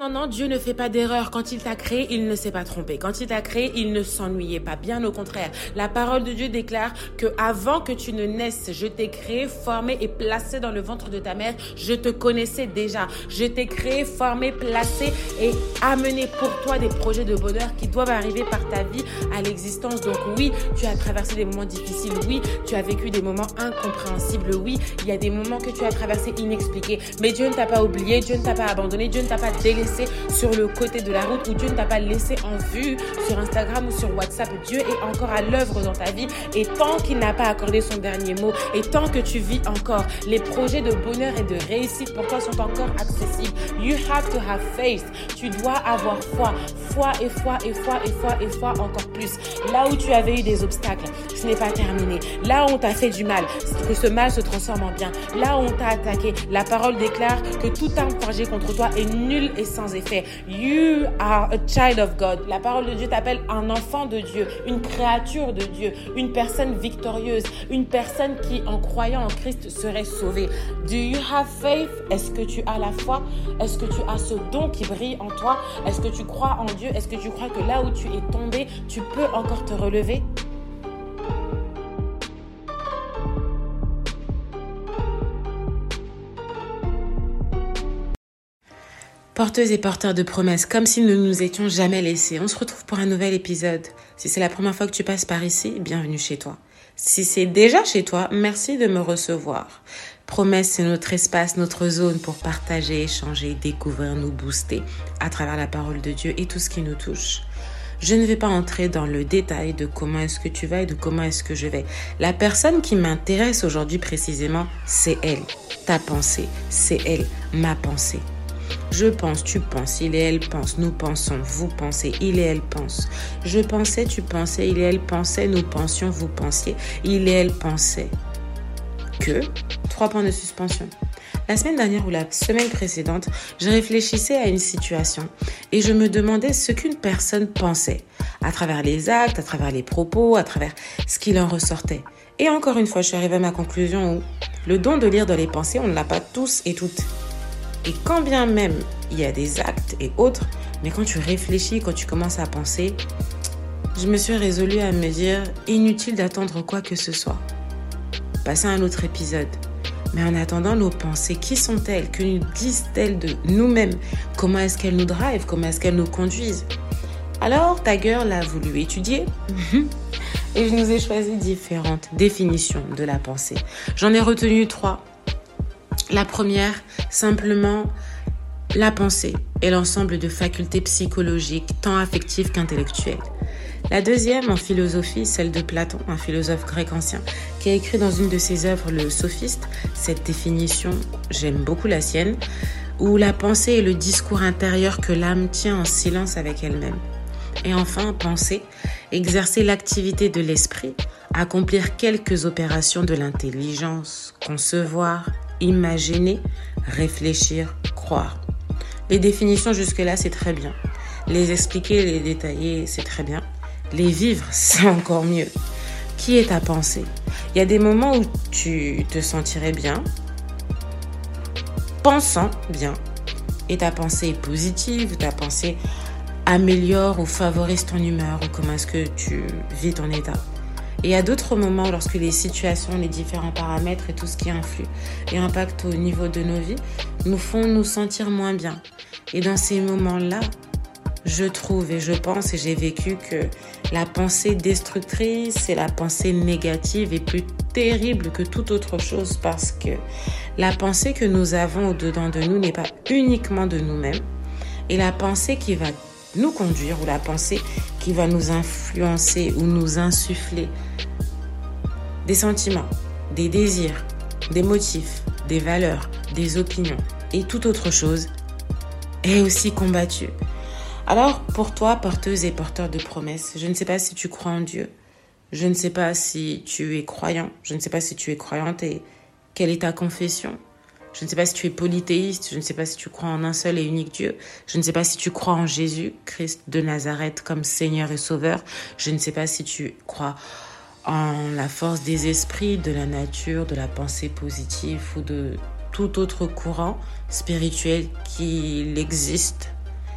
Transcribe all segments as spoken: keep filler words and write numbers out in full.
non, non, Dieu ne fait pas d'erreur. Quand il t'a créé, il ne s'est pas trompé. Quand il t'a créé, il ne s'ennuyait pas. Bien au contraire. La parole de Dieu déclare que avant que tu ne naisses, je t'ai créé, formé et placé dans le ventre de ta mère. Je te connaissais déjà. Je t'ai créé, formé, placé et amené pour toi des projets de bonheur qui doivent arriver par ta vie à l'existence. Donc oui, tu as traversé des moments difficiles. Oui, tu as vécu des moments incompréhensibles. Oui, il y a des moments que tu as traversés inexpliqués. Mais Dieu ne t'a pas oublié. Dieu ne t'a pas abandonné. Dieu ne t'a pas délaissé sur le côté de la route ou Dieu ne t'a pas laissé en vue sur Instagram ou sur WhatsApp. Dieu est encore à l'œuvre dans ta vie et tant qu'il n'a pas accordé son dernier mot et tant que tu vis encore, les projets de bonheur et de réussite pour toi sont encore accessibles. You have to have faith. Tu dois avoir foi. Foi et foi et foi et foi et foi encore plus. Là où tu avais eu des obstacles, ce n'est pas terminé. Là où on t'a fait du mal, que ce mal se transforme en bien. Là où on t'a attaqué, la parole déclare que tout arme forgée contre toi est nul et sans effet. You are a child of God. La parole de Dieu t'appelle un enfant de Dieu, une créature de Dieu, une personne victorieuse, une personne qui, en croyant en Christ, serait sauvée. Do you have faith? Est-ce que tu as la foi? Est-ce que tu as ce don qui brille en toi? Est-ce que tu crois en Dieu? Est-ce que tu crois que là où tu es tombé, tu peux encore te relever? Porteuses et porteurs de promesses, comme si nous ne nous étions jamais laissés. On se retrouve pour un nouvel épisode. Si c'est la première fois que tu passes par ici, bienvenue chez toi. Si c'est déjà chez toi, merci de me recevoir. Promesse, c'est notre espace, notre zone pour partager, échanger, découvrir, nous booster à travers la parole de Dieu et tout ce qui nous touche. Je ne vais pas entrer dans le détail de comment est-ce que tu vas et de comment est-ce que je vais. La personne qui m'intéresse aujourd'hui précisément, c'est elle. Ta pensée, c'est elle, ma pensée. Je pense, tu penses, il et elle pensent, nous pensons, vous pensez, il et elle pensent. Je pensais, tu pensais, il et elle pensaient, nous pensions, vous pensiez, il et elle pensaient. Que, trois points de suspension. La semaine dernière ou la semaine précédente, je réfléchissais à une situation et je me demandais ce qu'une personne pensait, à travers les actes, à travers les propos, à travers ce qu'il en ressortait. Et encore une fois, je suis arrivée à ma conclusion où le don de lire dans les pensées, on ne l'a pas tous et toutes. Et quand bien même il y a des actes et autres, mais quand tu réfléchis, quand tu commences à penser, je me suis résolue à me dire inutile d'attendre quoi que ce soit. Passer à un autre épisode. Mais en attendant, nos pensées, qui sont-elles? Que nous disent-elles de nous-mêmes? Comment est-ce qu'elles nous drivent? Comment est-ce qu'elles nous conduisent? Alors, ta girl a voulu étudier et je nous ai choisi différentes définitions de la pensée. J'en ai retenu trois. La première, simplement, la pensée est l'ensemble de facultés psychologiques, tant affectives qu'intellectuelles. La deuxième, en philosophie, celle de Platon, un philosophe grec ancien, qui a écrit dans une de ses œuvres, le Sophiste. Cette définition, j'aime beaucoup la sienne, où la pensée est le discours intérieur que l'âme tient en silence avec elle-même. Et enfin, penser, exercer l'activité de l'esprit, accomplir quelques opérations de l'intelligence, concevoir, imaginer, réfléchir, croire. Les définitions jusque-là, c'est très bien. Les expliquer, les détailler, c'est très bien. Les vivre, c'est encore mieux. Qui est ta pensée? Il y a des moments où tu te sentirais bien, pensant bien. Et ta pensée est positive, ta pensée améliore ou favorise ton humeur, ou comment est-ce que tu vis ton état. Et il y a d'autres moments lorsque les situations, les différents paramètres et tout ce qui influe et impacte au niveau de nos vies nous font nous sentir moins bien. Et dans ces moments-là, je trouve et je pense et j'ai vécu que la pensée destructrice et la pensée négative est plus terrible que toute autre chose parce que la pensée que nous avons au-dedans de nous n'est pas uniquement de nous-mêmes et la pensée qui va nous conduire ou la pensée qui va nous influencer ou nous insuffler des sentiments, des désirs, des motifs, des valeurs, des opinions et toute autre chose est aussi combattue. Alors, pour toi, porteuse et porteur de promesses, je ne sais pas si tu crois en Dieu, je ne sais pas si tu es croyant, je ne sais pas si tu es croyante et quelle est ta confession. Je ne sais pas si tu es polythéiste, je ne sais pas si tu crois en un seul et unique Dieu, je ne sais pas si tu crois en Jésus, Christ de Nazareth comme Seigneur et Sauveur, je ne sais pas si tu crois en la force des esprits, de la nature, de la pensée positive ou de tout autre courant spirituel qu'il existe.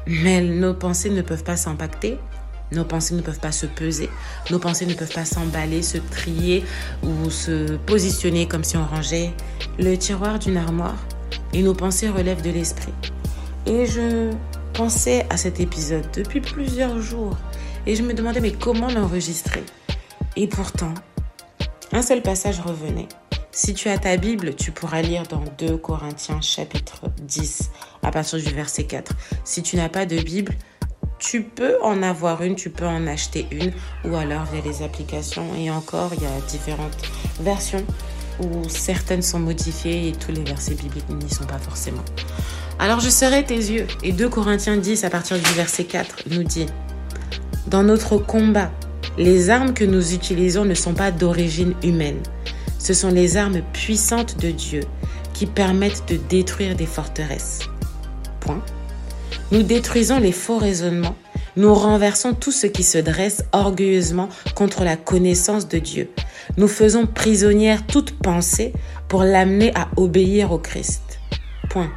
mais nos pensées ne peuvent pas s'impacter. Nos pensées ne peuvent pas se peser, nos pensées ne peuvent pas s'emballer, se trier ou se positionner comme si on rangeait le tiroir d'une armoire. Et nos pensées relèvent de l'esprit. Et je pensais à cet épisode depuis plusieurs jours et je me demandais mais comment l'enregistrer. Et pourtant, un seul passage revenait. Si tu as ta Bible, tu pourras lire dans deux Corinthiens chapitre dix à partir du verset quatre. Si tu n'as pas de Bible, tu peux en avoir une, tu peux en acheter une ou alors via les applications. Et encore, il y a différentes versions où certaines sont modifiées et tous les versets bibliques n'y sont pas forcément. Alors je serai tes yeux. Et deux Corinthiens dix à partir du verset quatre nous dit « Dans notre combat, les armes que nous utilisons ne sont pas d'origine humaine. Ce sont les armes puissantes de Dieu qui permettent de détruire des forteresses. » Point. Nous détruisons les faux raisonnements, nous renversons tout ce qui se dresse orgueilleusement contre la connaissance de Dieu. Nous faisons prisonnière toute pensée pour l'amener à obéir au Christ. Point.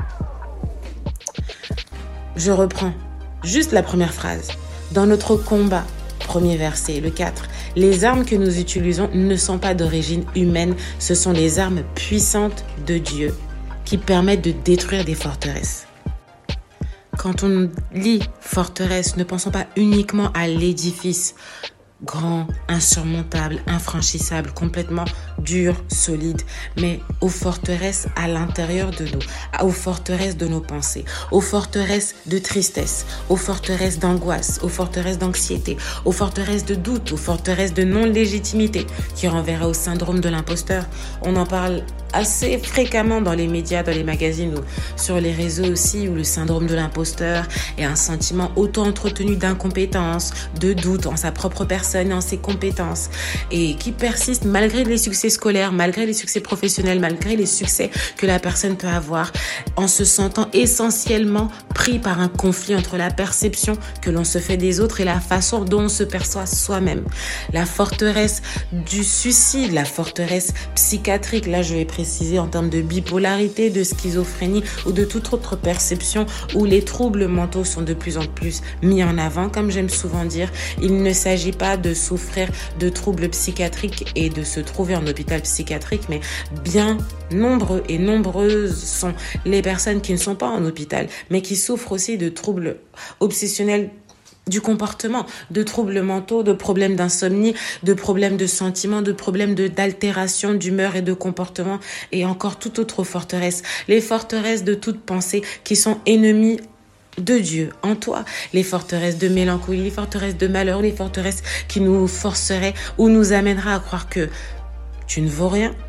Je reprends juste la première phrase. Dans notre combat, premier verset, le quatre, les armes que nous utilisons ne sont pas d'origine humaine, ce sont les armes puissantes de Dieu qui permettent de détruire des forteresses. Quand on lit forteresse, ne pensons pas uniquement à l'édifice grand, insurmontable, infranchissable, complètement dur, solide, mais aux forteresses à l'intérieur de nous, aux forteresses de nos pensées, aux forteresses de tristesse, aux forteresses d'angoisse, aux forteresses d'anxiété, aux forteresses de doute, aux forteresses de non-légitimité qui renverra au syndrome de l'imposteur. On en parle assez fréquemment dans les médias, dans les magazines ou sur les réseaux aussi, où le syndrome de l'imposteur est un sentiment auto-entretenu d'incompétence, de doute en sa propre personne et en ses compétences et qui persiste malgré les succès scolaires, malgré les succès professionnels, malgré les succès que la personne peut avoir en se sentant essentiellement pris par un conflit entre la perception que l'on se fait des autres et la façon dont on se perçoit soi-même. La forteresse du suicide, la forteresse psychiatrique, là je vais préciser en termes de bipolarité, de schizophrénie ou de toute autre perception où les troubles mentaux sont de plus en plus mis en avant. Comme j'aime souvent dire, il ne s'agit pas de souffrir de troubles psychiatriques et de se trouver en hôpital psychiatrique, mais bien nombreux et nombreuses sont les personnes qui ne sont pas en hôpital, mais qui souffrent aussi de troubles obsessionnels du comportement, de troubles mentaux, de problèmes d'insomnie, de problèmes de sentiments, de problèmes de, d'altération d'humeur et de comportement et encore toute autre forteresse. Les forteresses de toute pensée qui sont ennemies de Dieu en toi, les forteresses de mélancolie, les forteresses de malheur, les forteresses qui nous forceraient ou nous amènera à croire que tu ne vaux rien.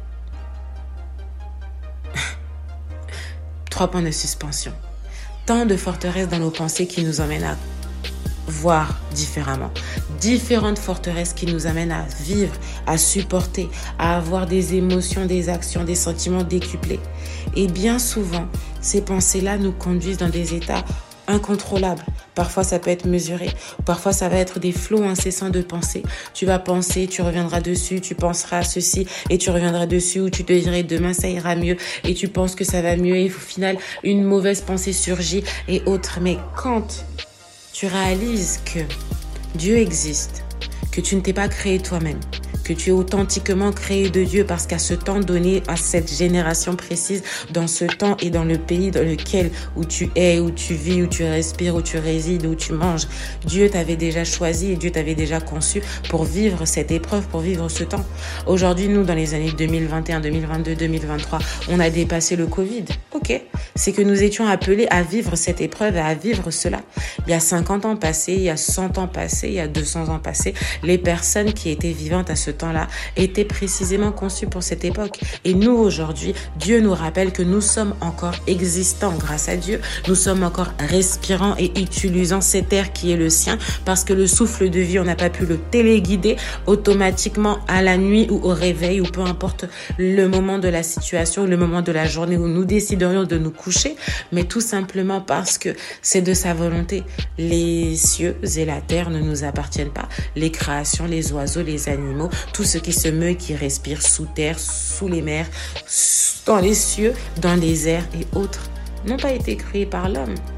Trois points de suspension. Tant de forteresses dans nos pensées qui nous emmènent à voir différemment. Différentes forteresses qui nous amènent à vivre, à supporter, à avoir des émotions, des actions, des sentiments décuplés. Et bien souvent, ces pensées-là nous conduisent dans des états incontrôlables. Parfois, ça peut être mesuré. Parfois, ça va être des flots incessants de pensées. Tu vas penser, tu reviendras dessus, tu penseras à ceci et tu reviendras dessus ou tu te dirais demain, ça ira mieux et tu penses que ça va mieux et au final, une mauvaise pensée surgit et autres. Mais quand tu réalises que Dieu existe, que tu ne t'es pas créé toi-même, que tu es authentiquement créé de Dieu parce qu'à ce temps donné, à cette génération précise, dans ce temps et dans le pays dans lequel où tu es, où tu vis, où tu respires, où tu résides, où tu manges, Dieu t'avait déjà choisi et Dieu t'avait déjà conçu pour vivre cette épreuve, pour vivre ce temps. Aujourd'hui, nous, dans les années deux mille vingt et un, deux mille vingt-deux, deux mille vingt-trois, on a dépassé le Covid. Ok, c'est que nous étions appelés à vivre cette épreuve et à vivre cela. Il y a cinquante ans passés, il y a cent ans passés, il y a deux cents ans passés, les personnes qui étaient vivantes à ce temps-là étaient précisément conçues pour cette époque. Et nous, aujourd'hui, Dieu nous rappelle que nous sommes encore existants grâce à Dieu. Nous sommes encore respirants et utilisant cet air qui est le sien parce que le souffle de vie, on n'a pas pu le téléguider automatiquement à la nuit ou au réveil ou peu importe le moment de la situation, le moment de la journée où nous déciderions de nous coucher, mais tout simplement parce que c'est de sa volonté. Les cieux et la terre ne nous appartiennent pas. Les créations, les oiseaux, les animaux, tout ce qui se meut, qui respire sous terre, sous les mers, dans les cieux, dans les airs et autres, n'ont pas été créés par l'homme.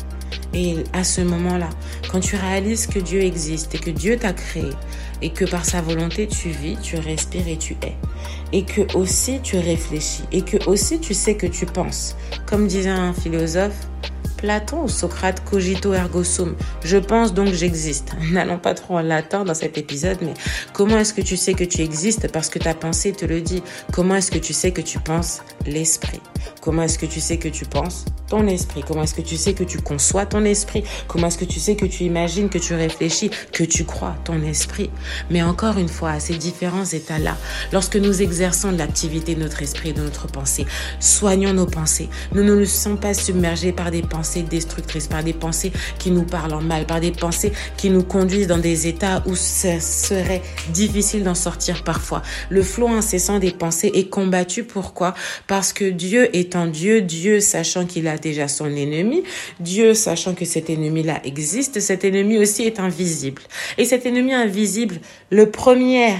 Et à ce moment-là, quand tu réalises que Dieu existe et que Dieu t'a créé et que par sa volonté tu vis, tu respires et tu es, et que aussi tu réfléchis et que aussi tu sais que tu penses, comme disait un philosophe, Platon ou Socrate, cogito ergo sum. Je pense donc j'existe. N'allons pas trop en latin dans cet épisode, mais comment est-ce que tu sais que tu existes? Parce que ta pensée te le dit. Comment est-ce que tu sais que tu penses? L'esprit. Comment est-ce que tu sais que tu penses? Ton esprit. Comment est-ce que tu sais que tu conçois? Ton esprit. Comment est-ce que tu sais que tu imagines, que tu réfléchis, que tu crois? Ton esprit. Mais encore une fois, à ces différents états-là, lorsque nous exerçons de l'activité de notre esprit et de notre pensée, soignons nos pensées. Nous ne nous laissons pas submerger par des pensées destructrices, par des pensées qui nous parlent en mal, par des pensées qui nous conduisent dans des états où ce serait difficile d'en sortir parfois. Le flot incessant des pensées est combattu. Pourquoi? Parce que Dieu étant Dieu, Dieu sachant qu'il a déjà son ennemi, Dieu sachant que cet ennemi-là existe, cet ennemi aussi est invisible. Et cet ennemi invisible, le premier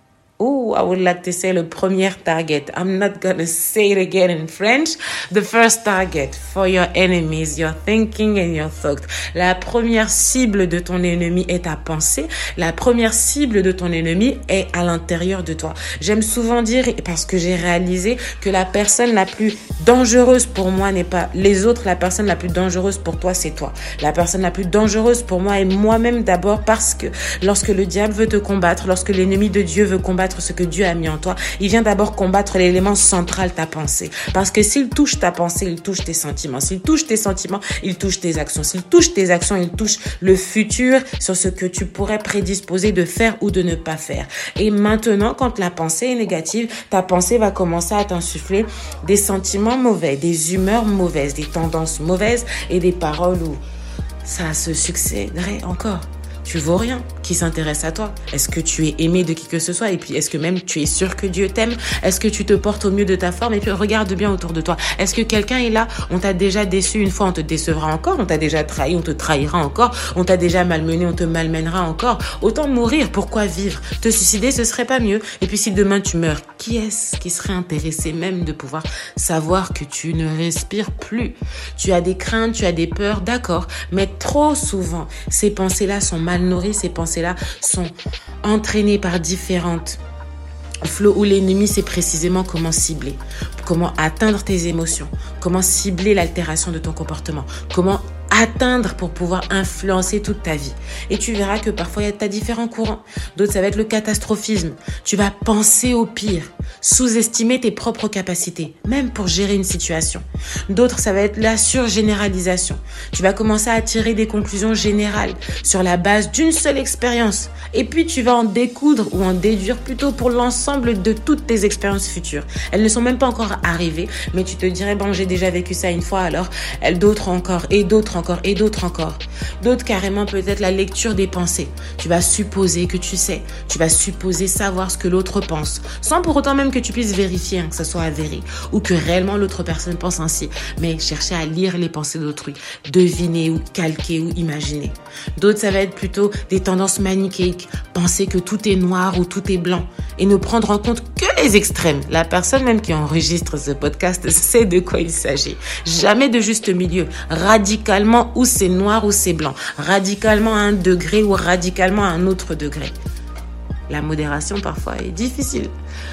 Oh, I would like to say le premier target. I'm not going to say it again in French. The first target for your enemies, your thinking and your thought. La première cible de ton ennemi est ta pensée. La première cible de ton ennemi est à l'intérieur de toi. J'aime souvent dire, parce que j'ai réalisé que la personne la plus dangereuse pour moi n'est pas les autres. La personne la plus dangereuse pour toi, c'est toi. La personne la plus dangereuse pour moi est moi-même d'abord, parce que lorsque le diable veut te combattre, lorsque l'ennemi de Dieu veut combattre ce que Dieu a mis en toi, il vient d'abord combattre l'élément central, ta pensée. Parce que s'il touche ta pensée, il touche tes sentiments. S'il touche tes sentiments, il touche tes actions. S'il touche tes actions, il touche le futur sur ce que tu pourrais prédisposer de faire ou de ne pas faire. Et maintenant, quand la pensée est négative, ta pensée va commencer à t'insuffler des sentiments mauvais, des humeurs mauvaises, des tendances mauvaises et des paroles où ça se succéderait encore. Tu vaux rien. Qui s'intéresse à toi? Est-ce que tu es aimé de qui que ce soit? Et puis, est-ce que même tu es sûr que Dieu t'aime? Est-ce que tu te portes au mieux de ta forme? Et puis, regarde bien autour de toi. Est-ce que quelqu'un est là? On t'a déjà déçu une fois, on te décevra encore. On t'a déjà trahi, on te trahira encore. On t'a déjà malmené, on te malmènera encore. Autant mourir. Pourquoi vivre? Te suicider, ce serait pas mieux. Et puis, si demain tu meurs, qui est-ce qui serait intéressé même de pouvoir savoir que tu ne respires plus? Tu as des craintes, tu as des peurs, d'accord. Mais trop souvent, ces pensées-là sont mal nourries, ces pensées-là sont entraînées par différentes flots où l'ennemi sait précisément comment cibler, comment atteindre tes émotions, comment cibler l'altération de ton comportement, comment atteindre pour pouvoir influencer toute ta vie. Et tu verras que parfois, tu as différents courants. D'autres, ça va être le catastrophisme. Tu vas penser au pire, sous-estimer tes propres capacités, même pour gérer une situation. D'autres, ça va être la surgénéralisation. Tu vas commencer à tirer des conclusions générales sur la base d'une seule expérience. Et puis, tu vas en découdre ou en déduire plutôt pour l'ensemble de toutes tes expériences futures. Elles ne sont même pas encore arrivées, mais tu te dirais, bon, j'ai déjà vécu ça une fois, alors d'autres encore et d'autres encore et d'autres encore. D'autres carrément peut-être la lecture des pensées. Tu vas supposer que tu sais. Tu vas supposer savoir ce que l'autre pense. Sans pour autant même que tu puisses vérifier, hein, que ça soit avéré. Ou que réellement l'autre personne pense ainsi. Mais chercher à lire les pensées d'autrui. Deviner ou calquer ou imaginer. D'autres, ça va être plutôt des tendances manichéiques. Penser que tout est noir ou tout est blanc. Et ne prendre en compte que les extrêmes. La personne même qui enregistre ce podcast sait de quoi il s'agit. Jamais de juste milieu. Radicalement ou c'est noir ou c'est blanc, radicalement à un degré ou radicalement à un autre degré. La modération parfois est difficile.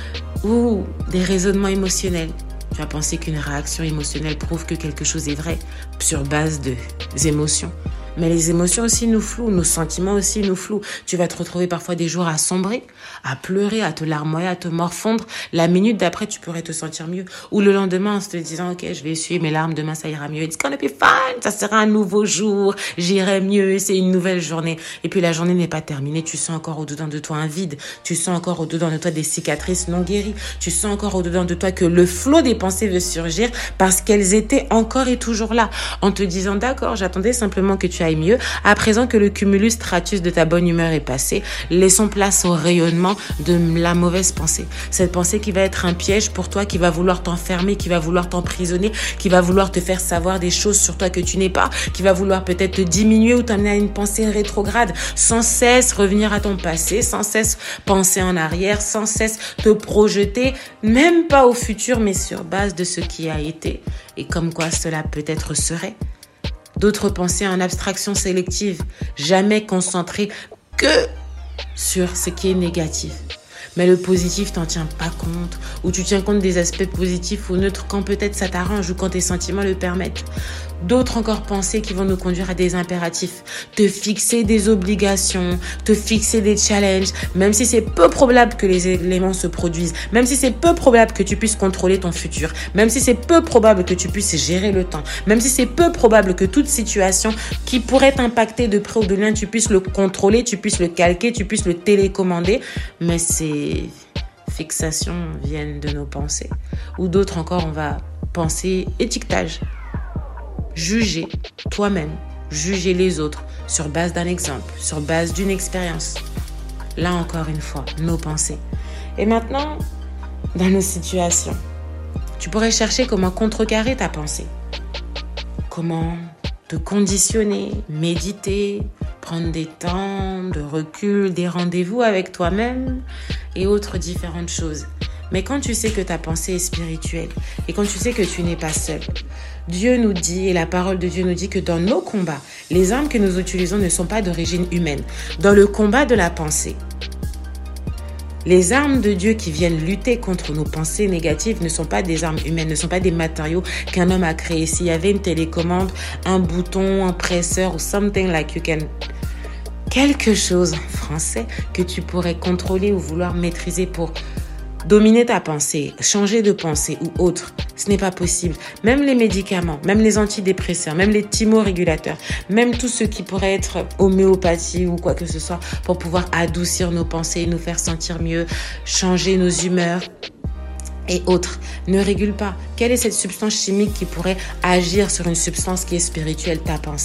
Ou des raisonnements émotionnels. Tu vas penser qu'une réaction émotionnelle prouve que quelque chose est vrai sur base des émotions. Mais les émotions aussi nous flouent, nos sentiments aussi nous flouent. Tu vas te retrouver parfois des jours à sombrer, à pleurer, à te larmoyer, à te morfondre. La minute d'après, tu pourrais te sentir mieux. Ou le lendemain, en se te disant, ok, je vais essuyer mes larmes, demain ça ira mieux. It's gonna be fine, ça sera un nouveau jour, j'irai mieux, c'est une nouvelle journée. Et puis la journée n'est pas terminée, tu sens encore au-dedans de toi un vide. Tu sens encore au-dedans de toi des cicatrices non guéries. Tu sens encore au-dedans de toi que le flot des pensées veut surgir parce qu'elles étaient encore et toujours là. En te disant, d'accord, j'attendais simplement que tu ailles mieux. À présent que le cumulus stratus de ta bonne humeur est passé, laissons place au rayonnement de la mauvaise pensée. Cette pensée qui va être un piège pour toi, qui va vouloir t'enfermer, qui va vouloir t'emprisonner, qui va vouloir te faire savoir des choses sur toi que tu n'es pas, qui va vouloir peut-être te diminuer ou t'amener à une pensée rétrograde, sans cesse revenir à ton passé, sans cesse penser en arrière, sans cesse te projeter, même pas au futur, mais sur base de ce qui a été et comme quoi cela peut-être serait. D'autres pensées en abstraction sélective, jamais concentrées que sur ce qui est négatif. Mais le positif, t'en tiens pas compte, ou tu tiens compte des aspects positifs ou neutres quand peut-être ça t'arrange ou quand tes sentiments le permettent. D'autres encore pensées qui vont nous conduire à des impératifs, te fixer des obligations, te fixer des challenges, même si c'est peu probable que les éléments se produisent, même si c'est peu probable que tu puisses contrôler ton futur, même si c'est peu probable que tu puisses gérer le temps, même si c'est peu probable que toute situation qui pourrait t'impacter de près ou de loin, tu puisses le contrôler, tu puisses le calquer, tu puisses le télécommander, mais ces fixations viennent de nos pensées. Ou d'autres encore, on va penser étiquetage. Juger toi-même, juger les autres sur base d'un exemple, sur base d'une expérience. Là encore une fois, nos pensées. Et maintenant, dans nos situations, tu pourrais chercher comment contrecarrer ta pensée. Comment te conditionner, méditer, prendre des temps de recul, des rendez-vous avec toi-même et autres différentes choses. Mais quand tu sais que ta pensée est spirituelle et quand tu sais que tu n'es pas seul, Dieu nous dit, et la parole de Dieu nous dit que dans nos combats, les armes que nous utilisons ne sont pas d'origine humaine. Dans le combat de la pensée, les armes de Dieu qui viennent lutter contre nos pensées négatives ne sont pas des armes humaines, ne sont pas des matériaux qu'un homme a créés. S'il y avait une télécommande, un bouton, un presseur ou something like you can... quelque chose en français que tu pourrais contrôler ou vouloir maîtriser pour dominer ta pensée, changer de pensée ou autre, ce n'est pas possible. Même les médicaments, même les antidépresseurs, même les thymorégulateurs, même tout ce qui pourrait être homéopathie ou quoi que ce soit pour pouvoir adoucir nos pensées, nous faire sentir mieux, changer nos humeurs et autres, ne régule pas. Quelle est cette substance chimique qui pourrait agir sur une substance qui est spirituelle, ta pensée ?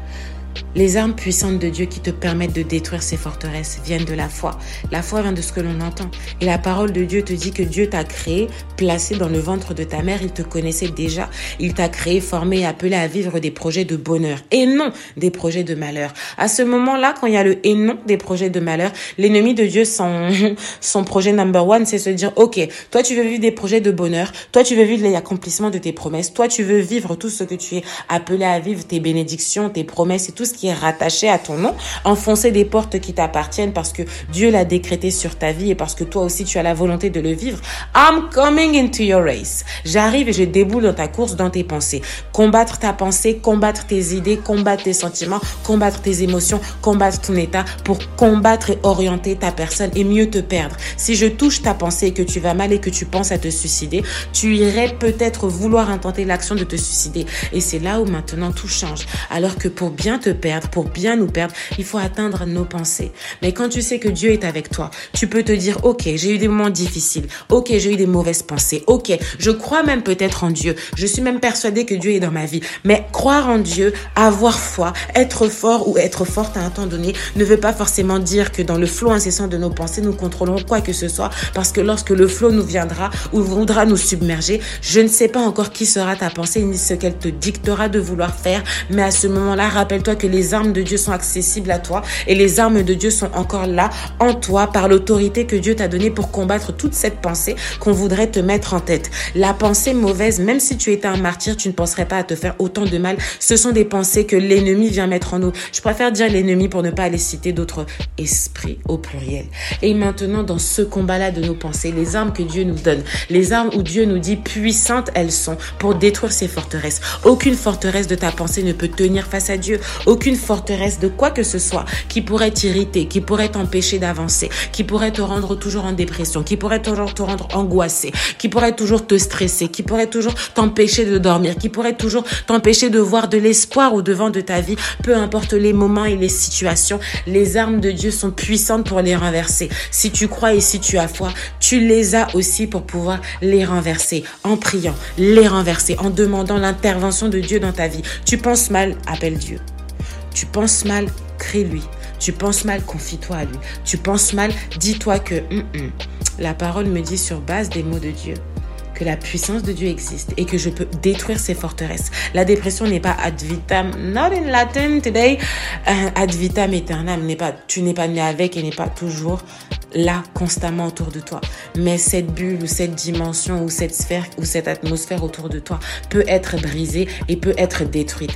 Les armes puissantes de Dieu qui te permettent de détruire ces forteresses viennent de la foi. La foi vient de ce que l'on entend. Et la parole de Dieu te dit que Dieu t'a créé, placé dans le ventre de ta mère. Il te connaissait déjà. Il t'a créé, formé et appelé à vivre des projets de bonheur et non des projets de malheur. À ce moment-là, quand il y a le et non des projets de malheur, l'ennemi de Dieu, son, son projet number one, c'est se dire, ok, toi tu veux vivre des projets de bonheur. Toi tu veux vivre l'accomplissement de tes promesses. Toi tu veux vivre tout ce que tu es appelé à vivre, tes bénédictions, tes promesses et tout ce qui est rattaché à ton nom, enfoncer des portes qui t'appartiennent parce que Dieu l'a décrété sur ta vie et parce que toi aussi tu as la volonté de le vivre. I'm coming into your race. J'arrive et je déboule dans ta course, dans tes pensées. Combattre ta pensée, combattre tes idées, combattre tes sentiments, combattre tes émotions, combattre ton état pour combattre et orienter ta personne et mieux te perdre. Si je touche ta pensée et que tu vas mal et que tu penses à te suicider, tu irais peut-être vouloir intenter l'action de te suicider. Et c'est là où maintenant tout change. Alors que pour bien te perdre, pour bien nous perdre, il faut atteindre nos pensées. Mais quand tu sais que Dieu est avec toi, tu peux te dire, ok, j'ai eu des moments difficiles, ok, j'ai eu des mauvaises pensées, ok, je crois même peut-être en Dieu, je suis même persuadée que Dieu est dans ma vie. Mais croire en Dieu, avoir foi, être fort ou être forte à un temps donné ne veut pas forcément dire que dans le flot incessant de nos pensées, nous contrôlerons quoi que ce soit, parce que lorsque le flot nous viendra ou voudra nous submerger, je ne sais pas encore qui sera ta pensée ni ce qu'elle te dictera de vouloir faire, mais à ce moment-là, rappelle-toi que les armes de Dieu sont accessibles à toi et les armes de Dieu sont encore là en toi par l'autorité que Dieu t'a donnée pour combattre toute cette pensée qu'on voudrait te mettre en tête. La pensée mauvaise, même si tu étais un martyr, tu ne penserais pas à te faire autant de mal. Ce sont des pensées que l'ennemi vient mettre en nous. Je préfère dire l'ennemi pour ne pas aller citer d'autres esprits au pluriel. Et maintenant, dans ce combat-là de nos pensées, les armes que Dieu nous donne, les armes où Dieu nous dit puissantes elles sont pour détruire ces forteresses. Aucune forteresse de ta pensée ne peut tenir face à Dieu. Aucune forteresse de quoi que ce soit qui pourrait t'irriter, qui pourrait t'empêcher d'avancer, qui pourrait te rendre toujours en dépression, qui pourrait toujours te rendre angoissé, qui pourrait toujours te stresser, qui pourrait toujours t'empêcher de dormir, qui pourrait toujours t'empêcher de voir de l'espoir au devant de ta vie, peu importe les moments et les situations, les armes de Dieu sont puissantes pour les renverser. Si tu crois et si tu as foi, tu les as aussi pour pouvoir les renverser, en priant, les renverser, en demandant l'intervention de Dieu dans ta vie. Tu penses mal, appelle Dieu. Tu penses mal, crie-lui. Tu penses mal, confie-toi à lui. Tu penses mal, dis-toi que mm, mm, la parole me dit sur base des mots de Dieu que la puissance de Dieu existe et que je peux détruire ces forteresses. La dépression n'est pas ad vitam, not in Latin today, uh, ad vitam aeternam, n'est pas, tu n'es pas né avec et n'est pas toujours là, constamment autour de toi. Mais cette bulle ou cette dimension ou cette sphère ou cette atmosphère autour de toi peut être brisée et peut être détruite.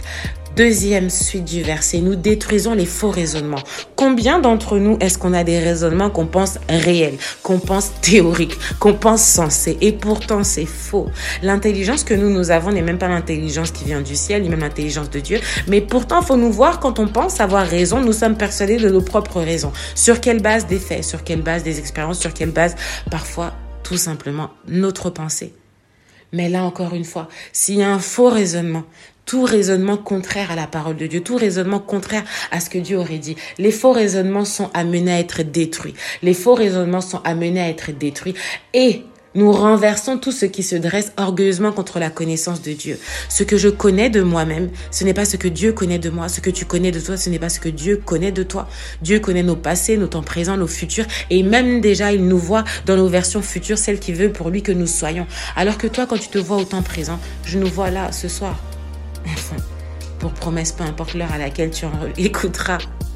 Deuxième suite du verset, nous détruisons les faux raisonnements. Combien d'entre nous est-ce qu'on a des raisonnements qu'on pense réels, qu'on pense théoriques, qu'on pense sensés, et pourtant c'est faux. L'intelligence que nous, nous avons n'est même pas l'intelligence qui vient du ciel, ni même l'intelligence de Dieu, mais pourtant, il faut nous voir quand on pense avoir raison, nous sommes persuadés de nos propres raisons. Sur quelle base des faits, sur quelle base des expériences, sur quelle base, parfois, tout simplement, notre pensée. Mais là, encore une fois, s'il y a un faux raisonnement, tout raisonnement contraire à la parole de Dieu, tout raisonnement contraire à ce que Dieu aurait dit, les faux raisonnements sont amenés à être détruits. Les faux raisonnements sont amenés à être détruits et nous renversons tout ce qui se dresse orgueilleusement contre la connaissance de Dieu. Ce que je connais de moi-même, ce n'est pas ce que Dieu connaît de moi. Ce que tu connais de toi, ce n'est pas ce que Dieu connaît de toi. Dieu connaît nos passés, nos temps présents, nos futurs. Et même déjà, il nous voit dans nos versions futures, celles qu'il veut pour lui que nous soyons. Alors que toi, quand tu te vois au temps présent, je nous vois là, ce soir. Enfin, pour promesse, peu importe l'heure à laquelle tu en écouteras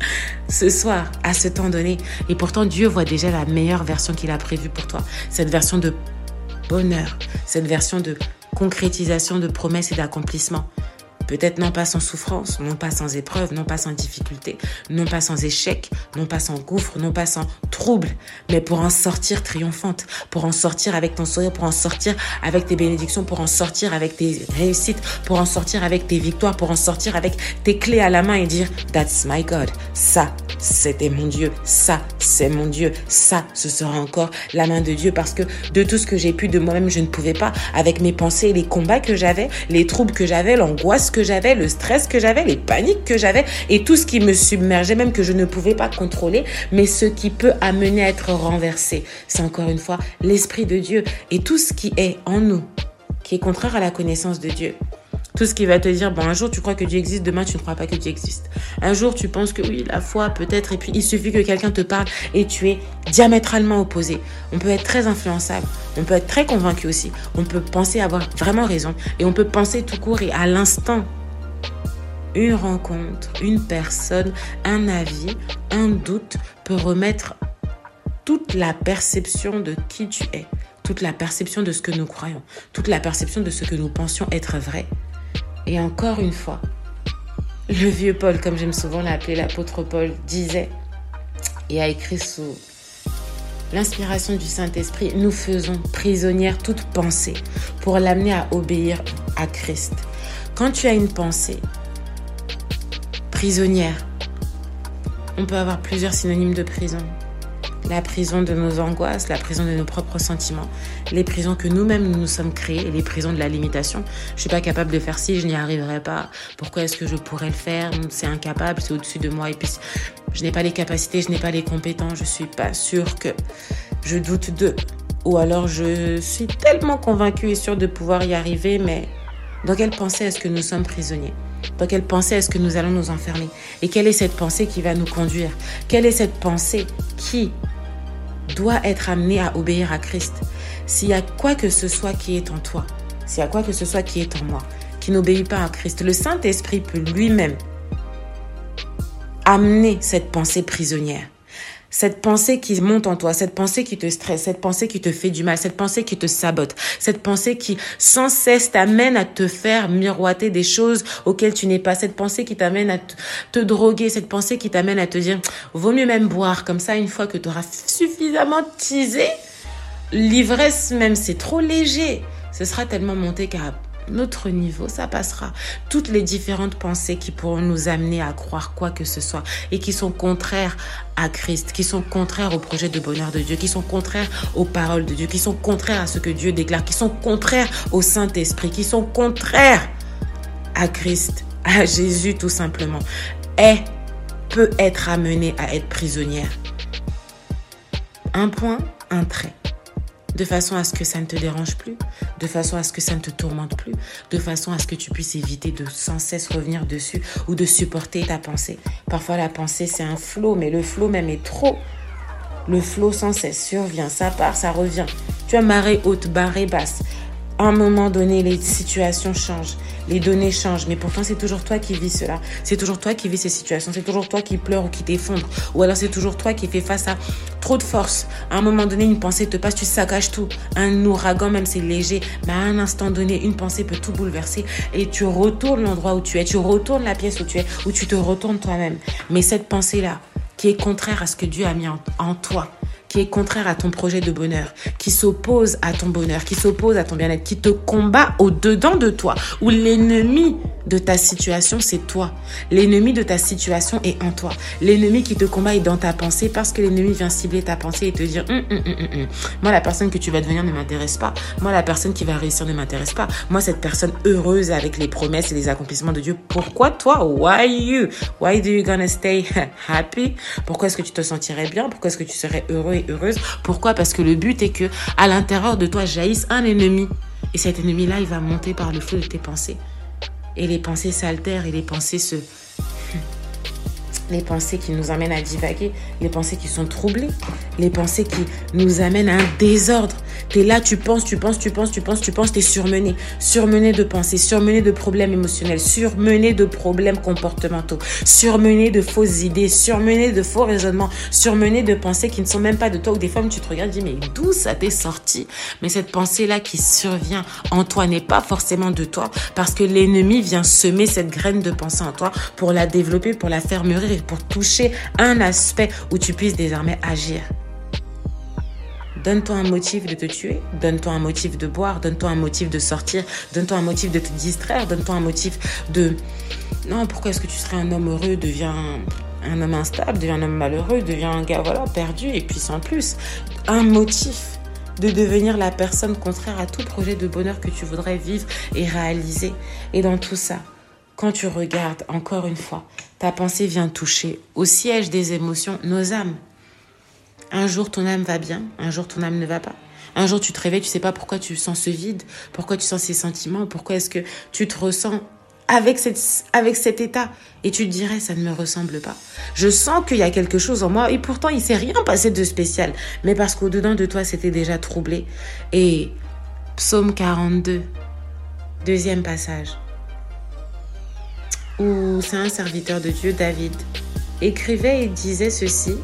ce soir, à ce temps donné. Et pourtant, Dieu voit déjà la meilleure version qu'il a prévue pour toi. Cette version de bonheur, cette version de concrétisation de promesses et d'accomplissement. Peut-être non pas sans souffrance, non pas sans épreuve, non pas sans difficulté, non pas sans échec, non pas sans gouffre, non pas sans trouble, mais pour en sortir triomphante, pour en sortir avec ton sourire, pour en sortir avec tes bénédictions, pour en sortir avec tes réussites, pour en sortir avec tes victoires, pour en sortir avec tes clés à la main et dire « That's my God ». Ça, c'était mon Dieu. Ça, c'est mon Dieu. Ça, ce sera encore la main de Dieu parce que de tout ce que j'ai pu de moi-même, je ne pouvais pas. Avec mes pensées, les combats que j'avais, les troubles que j'avais, l'angoisse que j'avais, le stress que j'avais, les paniques que j'avais et tout ce qui me submergeait, même que je ne pouvais pas contrôler, mais ce qui peut amener à être renversé. C'est encore une fois l'Esprit de Dieu et tout ce qui est en nous, qui est contraire à la connaissance de Dieu. Tout ce qui va te dire, bon, un jour tu crois que Dieu existe, demain tu ne crois pas que Dieu existe. Un jour tu penses que oui, la foi peut-être, et puis il suffit que quelqu'un te parle et tu es diamétralement opposé. On peut être très influençable, on peut être très convaincu aussi, on peut penser avoir vraiment raison et on peut penser tout court et à l'instant. Une rencontre, une personne, un avis, un doute peut remettre toute la perception de qui tu es, toute la perception de ce que nous croyons, toute la perception de ce que nous pensions être vrai. Et encore une fois, le vieux Paul, comme j'aime souvent l'appeler, l'apôtre Paul, disait et a écrit sous l'inspiration du Saint-Esprit, nous faisons prisonnière toute pensée pour l'amener à obéir à Christ. Quand tu as une pensée prisonnière, on peut avoir plusieurs synonymes de prison. La prison de nos angoisses, la prison de nos propres sentiments, les prisons que nous-mêmes nous nous sommes créées, les prisons de la limitation. Je suis pas capable de faire ci, je n'y arriverai pas. Pourquoi est-ce que je pourrais le faire? C'est incapable, c'est au-dessus de moi. Et puis, je n'ai pas les capacités, je n'ai pas les compétences, je suis pas sûre que je doute d'eux. Ou alors, je suis tellement convaincue et sûre de pouvoir y arriver, mais dans quelle pensée est-ce que nous sommes prisonniers? Dans quelle pensée est-ce que nous allons nous enfermer? Et quelle est cette pensée qui va nous conduire? Quelle est cette pensée qui doit être amenée à obéir à Christ? S'il y a quoi que ce soit qui est en toi, s'il y a quoi que ce soit qui est en moi, qui n'obéit pas à Christ, le Saint-Esprit peut lui-même amener cette pensée prisonnière. Cette pensée qui monte en toi, cette pensée qui te stresse, cette pensée qui te fait du mal, cette pensée qui te sabote, cette pensée qui sans cesse t'amène à te faire miroiter des choses auxquelles tu n'es pas, cette pensée qui t'amène à te, te droguer, cette pensée qui t'amène à te dire vaut mieux même boire, comme ça une fois que tu auras suffisamment teasé, l'ivresse même c'est trop léger, ce sera tellement monté qu'à notre niveau, ça passera. Toutes les différentes pensées qui pourront nous amener à croire quoi que ce soit et qui sont contraires à Christ, qui sont contraires au projet de bonheur de Dieu, qui sont contraires aux paroles de Dieu, qui sont contraires à ce que Dieu déclare, qui sont contraires au Saint-Esprit, qui sont contraires à Christ, à Jésus tout simplement, est, peut être amenée à être prisonnière. Un point, un trait. De façon à ce que ça ne te dérange plus, de façon à ce que ça ne te tourmente plus, de façon à ce que tu puisses éviter de sans cesse revenir dessus ou de supporter ta pensée. Parfois, la pensée, c'est un flot, mais le flot même est trop. Le flot sans cesse survient, ça part, ça revient. Tu as marée haute, marée basse. À un moment donné, les situations changent, les données changent, mais pourtant c'est toujours toi qui vis cela. C'est toujours toi qui vis ces situations, c'est toujours toi qui pleure ou qui t'effondre, ou alors c'est toujours toi qui fais face à trop de force. À un moment donné, une pensée te passe, tu saccages tout. Un ouragan, même c'est léger, mais à un instant donné, une pensée peut tout bouleverser et tu retournes l'endroit où tu es, tu retournes la pièce où tu es, où tu te retournes toi-même. Mais cette pensée-là, qui est contraire à ce que Dieu a mis en, en toi, qui est contraire à ton projet de bonheur, qui s'oppose à ton bonheur, qui s'oppose à ton bien-être, qui te combat au-dedans de toi, où l'ennemi de ta situation, c'est toi. L'ennemi de ta situation est en toi. L'ennemi qui te combat est dans ta pensée parce que l'ennemi vient cibler ta pensée et te dire hum, hum, hum, hum. Moi, la personne que tu vas devenir ne m'intéresse pas. Moi, la personne qui va réussir ne m'intéresse pas. Moi, cette personne heureuse avec les promesses et les accomplissements de Dieu, pourquoi toi? Why you? Why do you gonna stay happy? Pourquoi est-ce que tu te sentirais bien? Pourquoi est-ce que tu serais heureux et heureuse? Pourquoi? Parce que le but est que à l'intérieur de toi jaillisse un ennemi. Et cet ennemi-là, il va monter par le flot de tes pensées. Et les pensées s'altèrent et les pensées se... Les pensées qui nous amènent à divaguer, les pensées qui sont troublées, les pensées qui nous amènent à un désordre. T'es là, tu penses, tu penses, tu penses, tu penses, tu penses, t'es surmené. Surmené de pensées, surmené de problèmes émotionnels, surmené de problèmes comportementaux, surmené de fausses idées, surmené de faux raisonnements, surmené de pensées qui ne sont même pas de toi. Ou des fois, tu te regardes et dis, mais d'où ça t'est sorti? Mais cette pensée-là qui survient en toi n'est pas forcément de toi parce que l'ennemi vient semer cette graine de pensée en toi pour la développer, pour la faire mûrir, pour toucher un aspect où tu puisses désormais agir. Donne-toi un motif de te tuer, donne-toi un motif de boire, donne-toi un motif de sortir, donne-toi un motif de te distraire, donne-toi un motif de... Non, pourquoi est-ce que tu serais un homme heureux, deviens un homme instable, deviens un homme malheureux, deviens un gars voilà, perdu et puis sans plus. Un motif de devenir la personne contraire à tout projet de bonheur que tu voudrais vivre et réaliser. Et dans tout ça, quand tu regardes, encore une fois, ta pensée vient toucher au siège des émotions, nos âmes. Un jour, ton âme va bien, un jour, ton âme ne va pas. Un jour, tu te réveilles, tu ne sais pas pourquoi tu sens ce vide, pourquoi tu sens ces sentiments, pourquoi est-ce que tu te ressens avec, cette, avec cet état. Et tu te dirais, ça ne me ressemble pas. Je sens qu'il y a quelque chose en moi et pourtant, il ne s'est rien passé de spécial. Mais parce qu'au-dedans de toi, c'était déjà troublé. Et Psaume quarante-deux, deuxième passage. Où c'est un serviteur de Dieu, David, écrivait et disait ceci.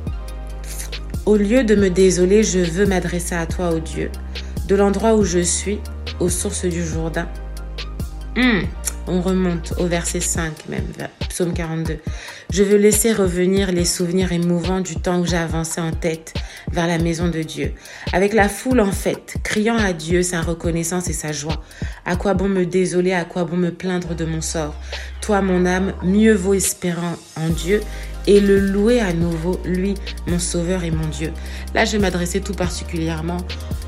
Au lieu de me désoler, je veux m'adresser à toi, ô Dieu, de l'endroit où je suis, aux sources du Jourdain. Hum, on remonte au verset cinq même, Psaume quarante-deux. Je veux laisser revenir les souvenirs émouvants du temps où j'avançais en tête vers la maison de Dieu, avec la foule en fête, criant à Dieu sa reconnaissance et sa joie. À quoi bon me désoler, à quoi bon me plaindre de mon sort? Toi, mon âme, mieux vaut espérant en Dieu et le louer à nouveau, lui, mon sauveur et mon Dieu. Là, je vais m'adresser tout particulièrement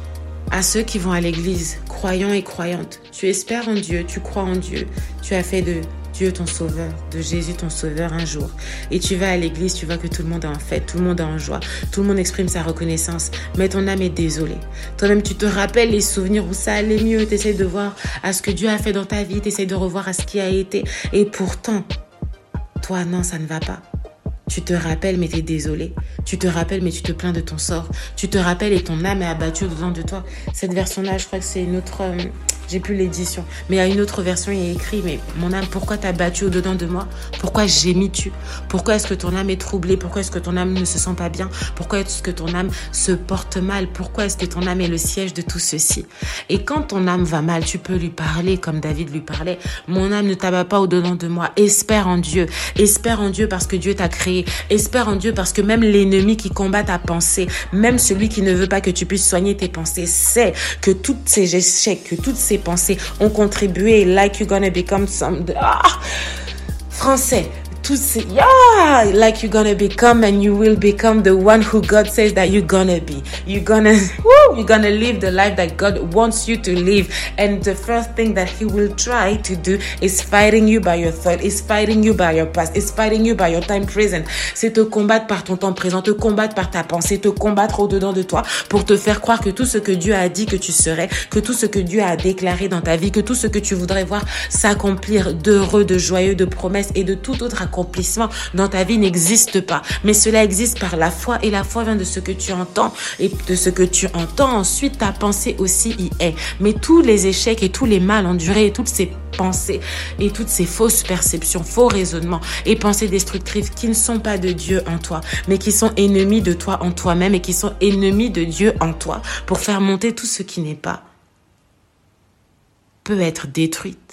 à ceux qui vont à l'église, croyants et croyantes. Tu espères en Dieu, tu crois en Dieu, tu as fait de Dieu ton sauveur, de Jésus ton sauveur un jour. Et tu vas à l'église, tu vois que tout le monde est en fête, tout le monde est en joie, tout le monde exprime sa reconnaissance, mais ton âme est désolée. Toi-même, tu te rappelles les souvenirs où ça allait mieux, tu essaies de voir à ce que Dieu a fait dans ta vie, tu essaies de revoir à ce qui a été. Et pourtant, toi, non, ça ne va pas. Tu te rappelles, mais tu es désolé. Tu te rappelles, mais tu te plains de ton sort. Tu te rappelles et ton âme est abattue au-dedans de toi. Cette version-là, je crois que c'est une autre... Euh, j'ai plus l'édition. Mais il y a une autre version, il est écrit, mais mon âme, pourquoi t'as battu au-dedans de moi? Pourquoi gémis-tu? Pourquoi est-ce que ton âme est troublée? Pourquoi est-ce que ton âme ne se sent pas bien? Pourquoi est-ce que ton âme se porte mal? Pourquoi est-ce que ton âme est le siège de tout ceci? Et quand ton âme va mal, tu peux lui parler comme David lui parlait. Mon âme ne t'abat pas au-dedans de moi. Espère en Dieu. Espère en Dieu parce que Dieu t'a créé. Espère en Dieu parce que même l'ennemi qui combat ta pensée, même celui qui ne veut pas que tu puisses soigner tes pensées, sait que tous ces échecs, que toutes ces pensées ont contribué, like you're gonna become some... Ah! Français. Tous ces... Yeah! Like you're gonna become and you will become the one who God says that you're gonna be. You're gonna... Woo, you're gonna live the life that God wants you to live. And the first thing that he will try to do is fighting you by your thought, is fighting you by your past, is fighting you by your time present. C'est te combattre par ton temps présent, te combattre par ta pensée, te combattre au-dedans de toi pour te faire croire que tout ce que Dieu a dit que tu serais, que tout ce que Dieu a déclaré dans ta vie, que tout ce que tu voudrais voir s'accomplir d'heureux, de joyeux, de promesses et de tout autre accomplissement accomplissement dans ta vie n'existe pas. Mais cela existe par la foi et la foi vient de ce que tu entends. Et de ce que tu entends, ensuite ta pensée aussi y est. Mais tous les échecs et tous les mal endurés et toutes ces pensées et toutes ces fausses perceptions, faux raisonnements et pensées destructrives qui ne sont pas de Dieu en toi, mais qui sont ennemis de toi en toi-même et qui sont ennemis de Dieu en toi pour faire monter tout ce qui n'est pas, peut être détruite,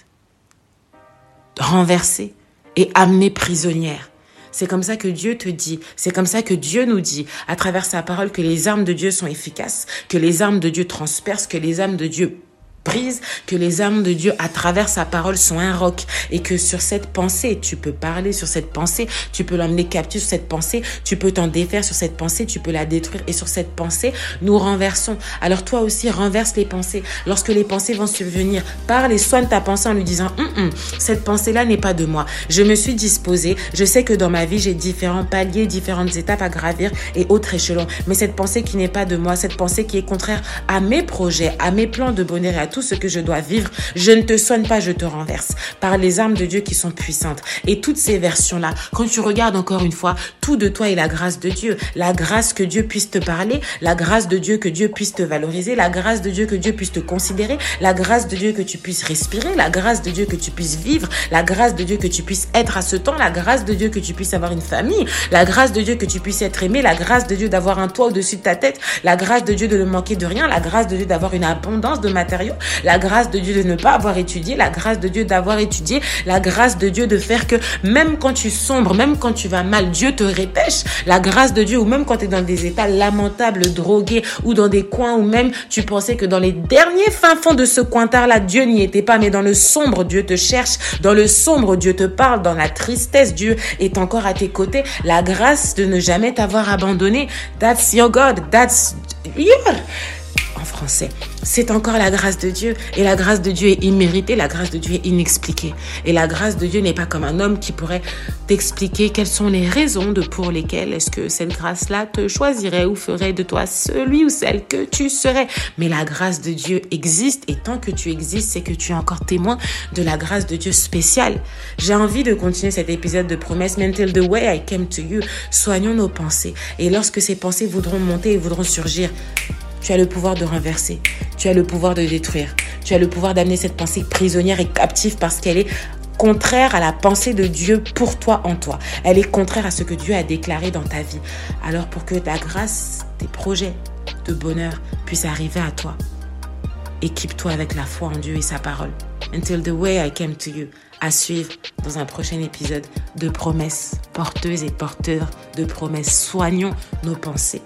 renversée et amenée prisonnière. C'est comme ça que Dieu te dit, c'est comme ça que Dieu nous dit, à travers sa parole, que les armes de Dieu sont efficaces, que les armes de Dieu transpercent, que les armes de Dieu brise, que les armes de Dieu à travers sa parole sont un roc et que sur cette pensée, tu peux parler sur cette pensée, tu peux l'emmener captif sur cette pensée, tu peux t'en défaire sur cette pensée, tu peux la détruire et sur cette pensée, nous renversons. Alors toi aussi, renverse les pensées. Lorsque les pensées vont survenir, parle et soigne ta pensée en lui disant hum, hum, cette pensée-là n'est pas de moi. Je me suis disposée, je sais que dans ma vie, j'ai différents paliers, différentes étapes à gravir et autres échelons. Mais cette pensée qui n'est pas de moi, cette pensée qui est contraire à mes projets, à mes plans de bonheur et à tout ce que je dois vivre, je ne te soigne pas, je te renverse par les armes de Dieu qui sont puissantes. Et toutes ces versions-là, quand tu regardes encore une fois, tout de toi est la grâce de Dieu. La grâce que Dieu puisse te parler, la grâce de Dieu que Dieu puisse te valoriser, la grâce de Dieu que Dieu puisse te considérer, la grâce de Dieu que tu puisses respirer, la grâce de Dieu que tu puisses vivre, la grâce de Dieu que tu puisses être à ce temps, la grâce de Dieu que tu puisses avoir une famille, la grâce de Dieu que tu puisses être aimé, la grâce de Dieu d'avoir un toit au-dessus de ta tête, la grâce de Dieu de ne manquer de rien, la grâce de Dieu d'avoir une abondance de matériaux, la grâce de Dieu de ne pas avoir étudié, la grâce de Dieu d'avoir étudié, la grâce de Dieu de faire que même quand tu sombres, même quand tu vas mal, Dieu te repêche, la grâce de Dieu, ou même quand tu es dans des états lamentables, drogués, ou dans des coins où même tu pensais que dans les derniers fins fonds de ce cointard-là, Dieu n'y était pas, mais dans le sombre, Dieu te cherche, dans le sombre, Dieu te parle, dans la tristesse, Dieu est encore à tes côtés, la grâce de ne jamais t'avoir abandonné, that's your God, that's your... En français, c'est encore la grâce de Dieu. Et la grâce de Dieu est imméritée, la grâce de Dieu est inexpliquée. Et la grâce de Dieu n'est pas comme un homme qui pourrait t'expliquer quelles sont les raisons de pour lesquelles est-ce que cette grâce-là te choisirait ou ferait de toi celui ou celle que tu serais. Mais la grâce de Dieu existe et tant que tu existes, c'est que tu es encore témoin de la grâce de Dieu spéciale. J'ai envie de continuer cet épisode de promesse. Until the way I came to you. Soignons nos pensées. Et lorsque ces pensées voudront monter et voudront surgir, tu as le pouvoir de renverser, tu as le pouvoir de détruire, tu as le pouvoir d'amener cette pensée prisonnière et captive parce qu'elle est contraire à la pensée de Dieu pour toi en toi. Elle est contraire à ce que Dieu a déclaré dans ta vie. Alors pour que ta grâce, tes projets de bonheur puissent arriver à toi, équipe-toi avec la foi en Dieu et sa parole. Until the way I came to you. À suivre dans un prochain épisode de promesses porteuses et porteurs de promesses. Soignons nos pensées.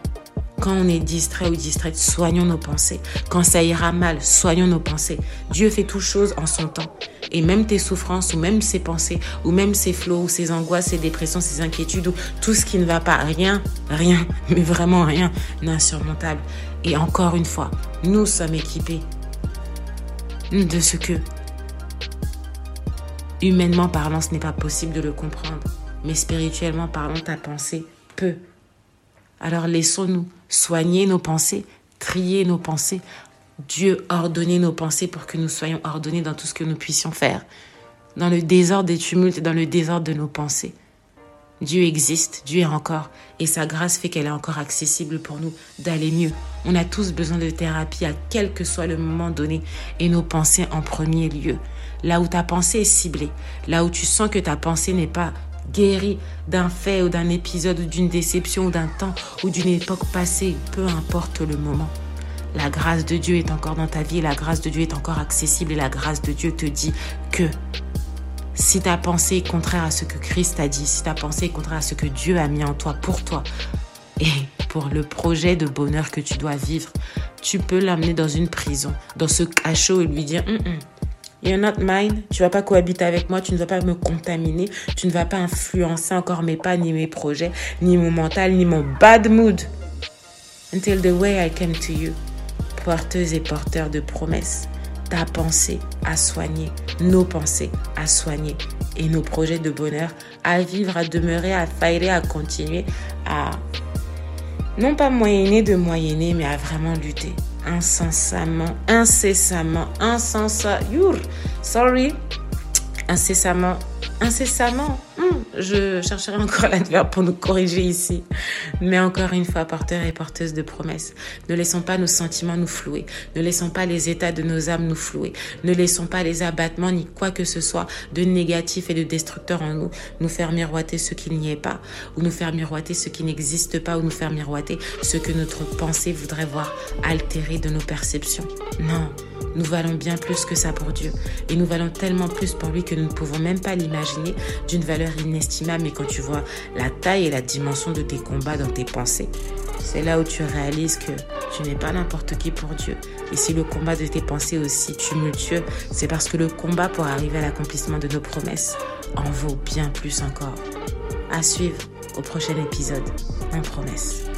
Quand on est distrait ou distraite, soignons nos pensées. Quand ça ira mal, soignons nos pensées. Dieu fait toutes choses en son temps. Et même tes souffrances, ou même ces pensées, ou même ces flots, ou ces angoisses, ces dépressions, ces inquiétudes, ou tout ce qui ne va pas, rien, rien, mais vraiment rien d'insurmontable. Et encore une fois, nous sommes équipés de ce que, humainement parlant, ce n'est pas possible de le comprendre. Mais spirituellement parlant, ta pensée peut. Alors laissons-nous soigner nos pensées, trier nos pensées, Dieu ordonner nos pensées pour que nous soyons ordonnés dans tout ce que nous puissions faire. Dans le désordre des tumultes et dans le désordre de nos pensées. Dieu existe, Dieu est encore, et sa grâce fait qu'elle est encore accessible pour nous d'aller mieux. On a tous besoin de thérapie à quel que soit le moment donné, et nos pensées en premier lieu. Là où ta pensée est ciblée, là où tu sens que ta pensée n'est pas guéri d'un fait ou d'un épisode ou d'une déception ou d'un temps ou d'une époque passée, peu importe le moment. La grâce de Dieu est encore dans ta vie, la grâce de Dieu est encore accessible et la grâce de Dieu te dit que si ta pensée est contraire à ce que Christ a dit, si ta pensée est contraire à ce que Dieu a mis en toi pour toi et pour le projet de bonheur que tu dois vivre, tu peux l'amener dans une prison, dans ce cachot et lui dire mm -mm. You're not mine, tu ne vas pas cohabiter avec moi, tu ne vas pas me contaminer, tu ne vas pas influencer encore mes pas, ni mes projets, ni mon mental, ni mon bad mood. Until the way I came to you, porteuse et porteur de promesses, ta pensée à soigner, nos pensées à soigner et nos projets de bonheur à vivre, à demeurer, à fighter, à continuer, à non pas moyenner de moyenner, mais à vraiment lutter. Incessamment, incessamment, incessamment, sorry, incessamment, incessamment, mm. je chercherai encore l'adverbe pour nous corriger ici. Mais encore une fois, porteurs et porteuses de promesses, ne laissons pas nos sentiments nous flouer. Ne laissons pas les états de nos âmes nous flouer. Ne laissons pas les abattements ni quoi que ce soit de négatif et de destructeur en nous nous faire miroiter ce qu'il n'y est pas, ou nous faire miroiter ce qui n'existe pas, ou nous faire miroiter ce que notre pensée voudrait voir altéré de nos perceptions. Non, nous valons bien plus que ça pour Dieu. Et nous valons tellement plus pour lui que nous ne pouvons même pas l'imaginer, d'une valeur inestimable. Mais quand tu vois la taille et la dimension de tes combats dans tes pensées, c'est là où tu réalises que tu n'es pas n'importe qui pour Dieu. Et si le combat de tes pensées est aussi tumultueux, c'est parce que le combat pour arriver à l'accomplissement de nos promesses en vaut bien plus encore. À suivre au prochain épisode, en promesse.